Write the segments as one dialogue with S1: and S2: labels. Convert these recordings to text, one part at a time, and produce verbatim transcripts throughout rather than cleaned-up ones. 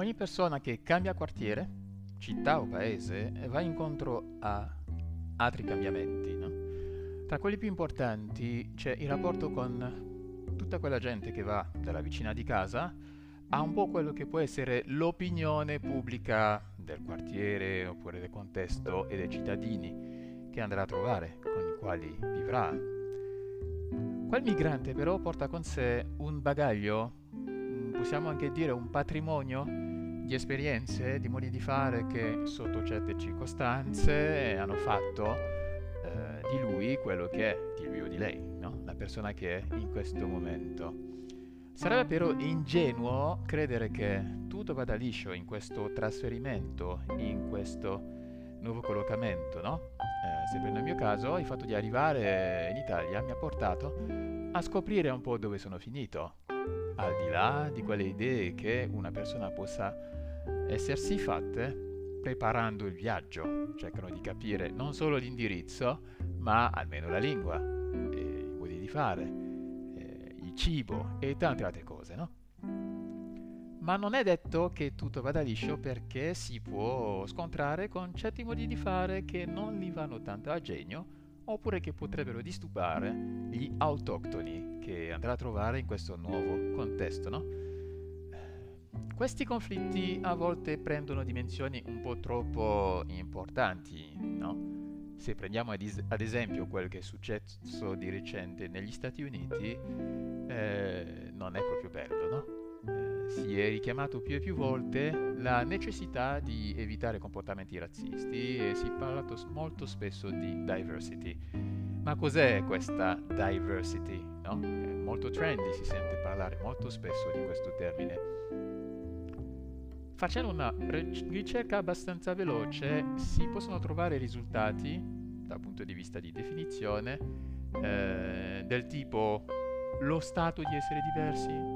S1: Ogni persona che cambia quartiere, città o paese va incontro a altri cambiamenti, no? Tra quelli più importanti c'è il rapporto con tutta quella gente che va dalla vicina di casa a un po' quello che può essere l'opinione pubblica del quartiere oppure del contesto e dei cittadini che andrà a trovare, con i quali vivrà. Quel migrante però porta con sé un bagaglio, mm, possiamo anche dire un patrimonio di esperienze, di modi di fare che sotto certe circostanze hanno fatto eh, di lui quello che è, di lui o di lei, no? La persona che è in questo momento. Sarebbe però ingenuo credere che tutto vada liscio in questo trasferimento, in questo nuovo collocamento, no? Eh, sempre nel mio caso, il fatto di arrivare in Italia mi ha portato a scoprire un po' dove sono finito, al di là di quelle idee che una persona possa essersi fatte preparando il viaggio. Cercano di capire non solo l'indirizzo, ma almeno la lingua, e i modi di fare, eh, il cibo e tante altre cose, no? Ma non è detto che tutto vada liscio perché si può scontrare con certi modi di fare che non gli vanno tanto a genio oppure che potrebbero disturbare gli autoctoni che andrà a trovare in questo nuovo contesto, no? Questi conflitti a volte prendono dimensioni un po' troppo importanti, no? Se prendiamo ad, es- ad esempio quel che è successo di recente negli Stati Uniti, eh, non è proprio bello, no? Eh, si è richiamato più e più volte la necessità di evitare comportamenti razzisti e si è parlato s- molto spesso di diversity. Ma cos'è questa diversity? No? È molto trendy, si sente parlare molto spesso di questo termine. Facendo una ric- ricerca abbastanza veloce si possono trovare risultati dal punto di vista di definizione eh, del tipo lo stato di essere diversi,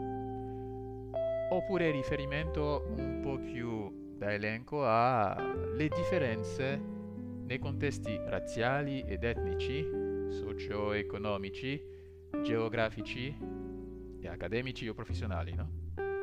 S1: oppure riferimento un po' più da elenco alle differenze nei contesti razziali ed etnici, socio-economici, geografici e accademici o professionali, no?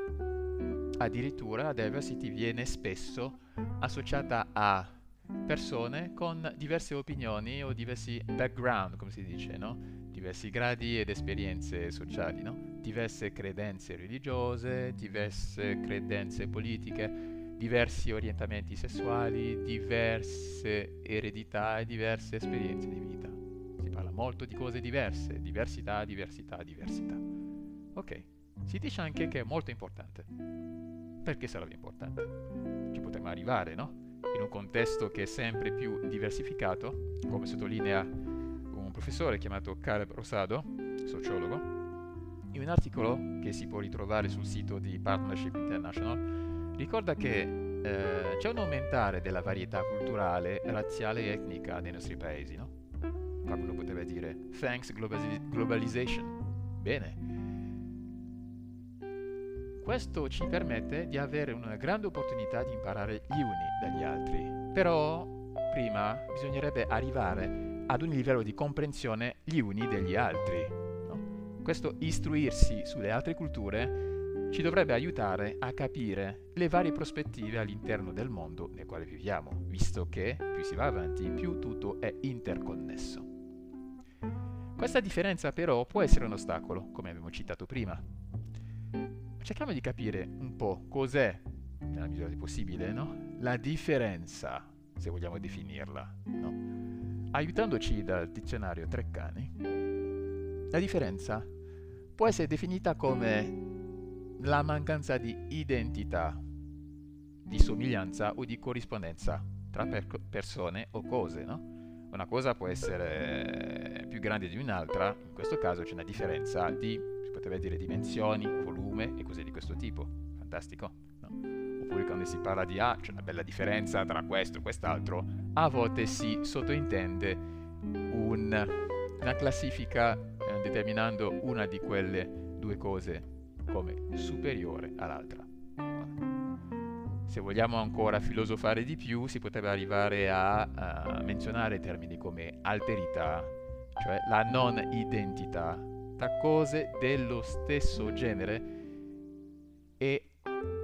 S1: Addirittura diversity viene spesso associata a persone con diverse opinioni o diversi background, come si dice, no? Diversi gradi ed esperienze sociali, no? Diverse credenze religiose, diverse credenze politiche, diversi orientamenti sessuali, diverse eredità e diverse esperienze di vita. Si parla molto di cose diverse, diversità, diversità, diversità. Ok, si dice anche che è molto importante. Perché sarebbe importante? Ci potremmo arrivare, no? In un contesto che è sempre più diversificato, come sottolinea un professore chiamato Caleb Rosado, sociologo, in un articolo che si può ritrovare sul sito di Partnership International, ricorda che eh, c'è un aumentare della varietà culturale, razziale e etnica nei nostri paesi, no? Qualcuno potrebbe dire, thanks globali- globalization. Bene. Questo ci permette di avere una grande opportunità di imparare gli uni dagli altri. Però prima bisognerebbe arrivare ad un livello di comprensione gli uni degli altri, no? Questo istruirsi sulle altre culture ci dovrebbe aiutare a capire le varie prospettive all'interno del mondo nel quale viviamo, visto che più si va avanti, più tutto è interconnesso. Questa differenza però può essere un ostacolo, come abbiamo citato prima. Cerchiamo di capire un po' cos'è, nella misura del possibile, no? La differenza, se vogliamo definirla, no? Aiutandoci dal dizionario Treccani, la differenza può essere definita come la mancanza di identità, di somiglianza o di corrispondenza tra per- persone o cose, no? Una cosa può essere più grande di un'altra, in questo caso c'è una differenza di, si potrebbe dire, dimensioni, volume e cose di questo tipo. Fantastico, no? Oppure quando si parla di ah, c'è una bella differenza tra questo e quest'altro, a volte si sottointende un, una classifica eh, determinando una di quelle due cose come superiore all'altra. Se vogliamo ancora filosofare di più, si potrebbe arrivare a, a menzionare termini come alterità, cioè la non identità tra cose dello stesso genere e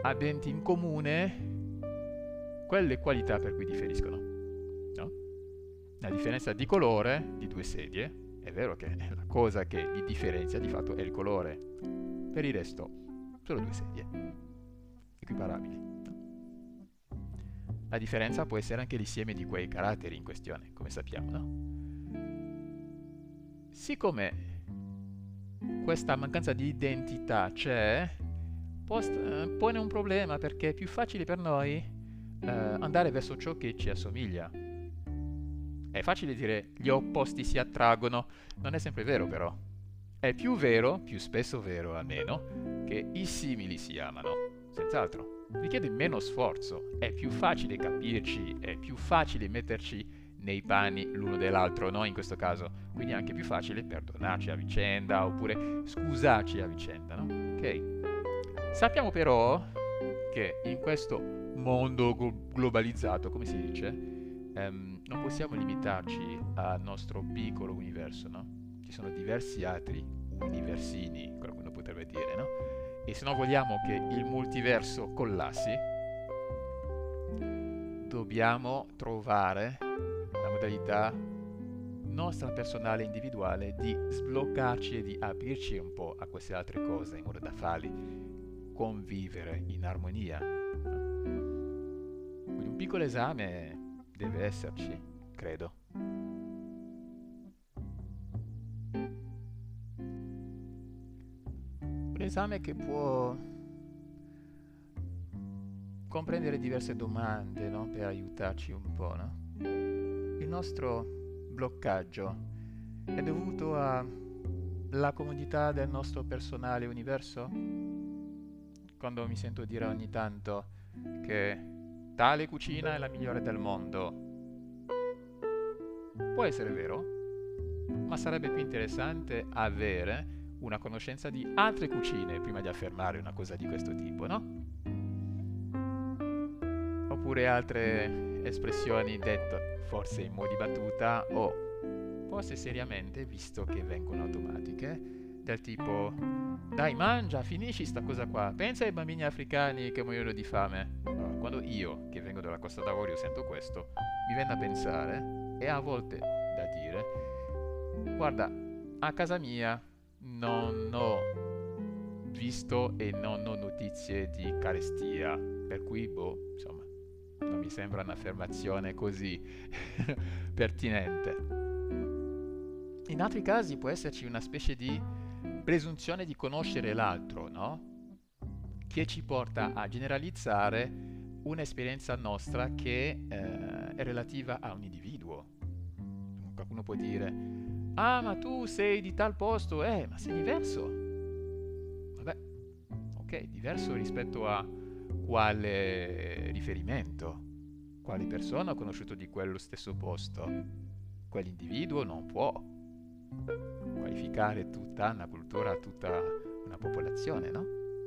S1: ha denti in comune quelle qualità per cui differiscono, no? La differenza di colore di due sedie, è vero che la cosa che li differenzia di fatto è il colore, per il resto sono due sedie equiparabili, no? La differenza può essere anche l'insieme di quei caratteri in questione, come sappiamo, no? Siccome questa mancanza di identità c'è, post- pone un problema, perché è più facile per noi eh, andare verso ciò che ci assomiglia. È facile dire gli opposti si attraggono, non è sempre vero però. È più vero, più spesso vero almeno, che i simili si amano, senz'altro. Richiede meno sforzo, è più facile capirci, è più facile metterci nei panni l'uno dell'altro, no? In questo caso. Quindi è anche più facile perdonarci a vicenda, oppure scusarci a vicenda, no? Ok. Sappiamo però che in questo mondo glo- globalizzato, come si dice, ehm, non possiamo limitarci al nostro piccolo universo, no? Ci sono diversi altri universini, qualcuno potrebbe dire, no? E se non vogliamo che il multiverso collassi, dobbiamo trovare la modalità nostra personale individuale di sbloccarci e di aprirci un po' a queste altre cose in modo da farli convivere in armonia. Quindi un piccolo esame deve esserci, credo. Un esame che può comprendere diverse domande, no? Per aiutarci un po', no? Il nostro bloccaggio è dovuto alla comodità del nostro personale universo? Quando mi sento dire ogni tanto che tale cucina è la migliore del mondo, può essere vero, ma sarebbe più interessante avere una conoscenza di altre cucine prima di affermare una cosa di questo tipo, no? Oppure altre espressioni dette forse in modo di battuta o forse seriamente, visto che vengono automatiche, del tipo dai, mangia, finisci sta cosa qua, pensa ai bambini africani che muoiono di fame. Allora, quando io, che vengo dalla Costa d'Avorio, sento questo, mi viene a pensare, e a volte da dire, guarda, a casa mia non ho visto e non ho notizie di carestia, per cui, boh, insomma, non mi sembra un'affermazione così pertinente. In altri casi può esserci una specie di presunzione di conoscere l'altro, no? Che ci porta a generalizzare un'esperienza nostra che eh, è relativa a un individuo. Qualcuno può dire, ah, ma tu sei di tal posto, eh, ma sei diverso. Vabbè, ok, diverso rispetto a quale riferimento, quale persona ho conosciuto di quello stesso posto. Quell'individuo non può qualificare tutta una cultura, tutta una popolazione, no?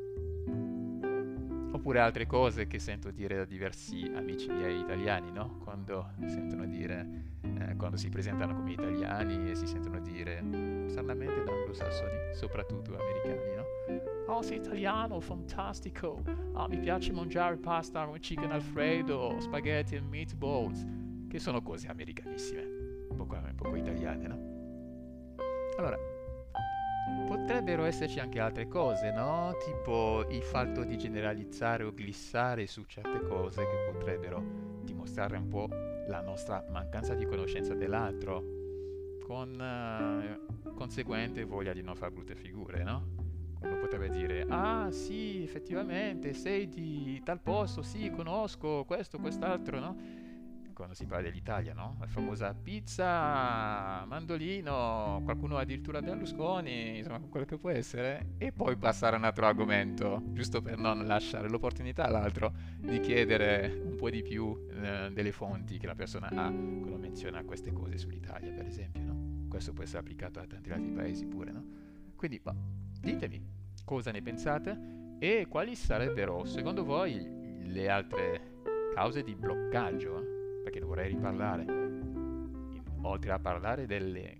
S1: Oppure altre cose che sento dire da diversi amici miei italiani, no? Quando sentono dire, eh, quando si presentano come italiani e si sentono dire, stranamente da anglosassoni, soprattutto americani, no? Oh, sei italiano, fantastico! Ah, mi piace mangiare pasta con chicken alfredo, spaghetti e meatballs, che sono cose americanissime, un po', un po' italiane, no? Allora, potrebbero esserci anche altre cose, no? Tipo il fatto di generalizzare o glissare su certe cose che potrebbero dimostrare un po' la nostra mancanza di conoscenza dell'altro, con eh, conseguente voglia di non fare brutte figure, no? Uno potrebbe dire, ah sì, effettivamente, sei di tal posto, sì, conosco questo, quest'altro, no? Quando si parla dell'Italia, no? La famosa pizza, mandolino, qualcuno addirittura Berlusconi, insomma, quello che può essere, e poi passare a un altro argomento, giusto per non lasciare l'opportunità all'altro di chiedere un po' di più eh, delle fonti che la persona ha quando menziona queste cose sull'Italia, per esempio, no? Questo può essere applicato a tanti altri paesi pure, no? Quindi, bah, ditemi cosa ne pensate e quali sarebbero, secondo voi, le altre cause di bloccaggio, eh? Perché ne vorrei riparlare, in- oltre a parlare delle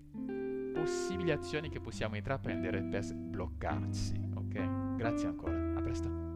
S1: possibili azioni che possiamo intraprendere per bloccarsi, ok? Grazie ancora, a presto.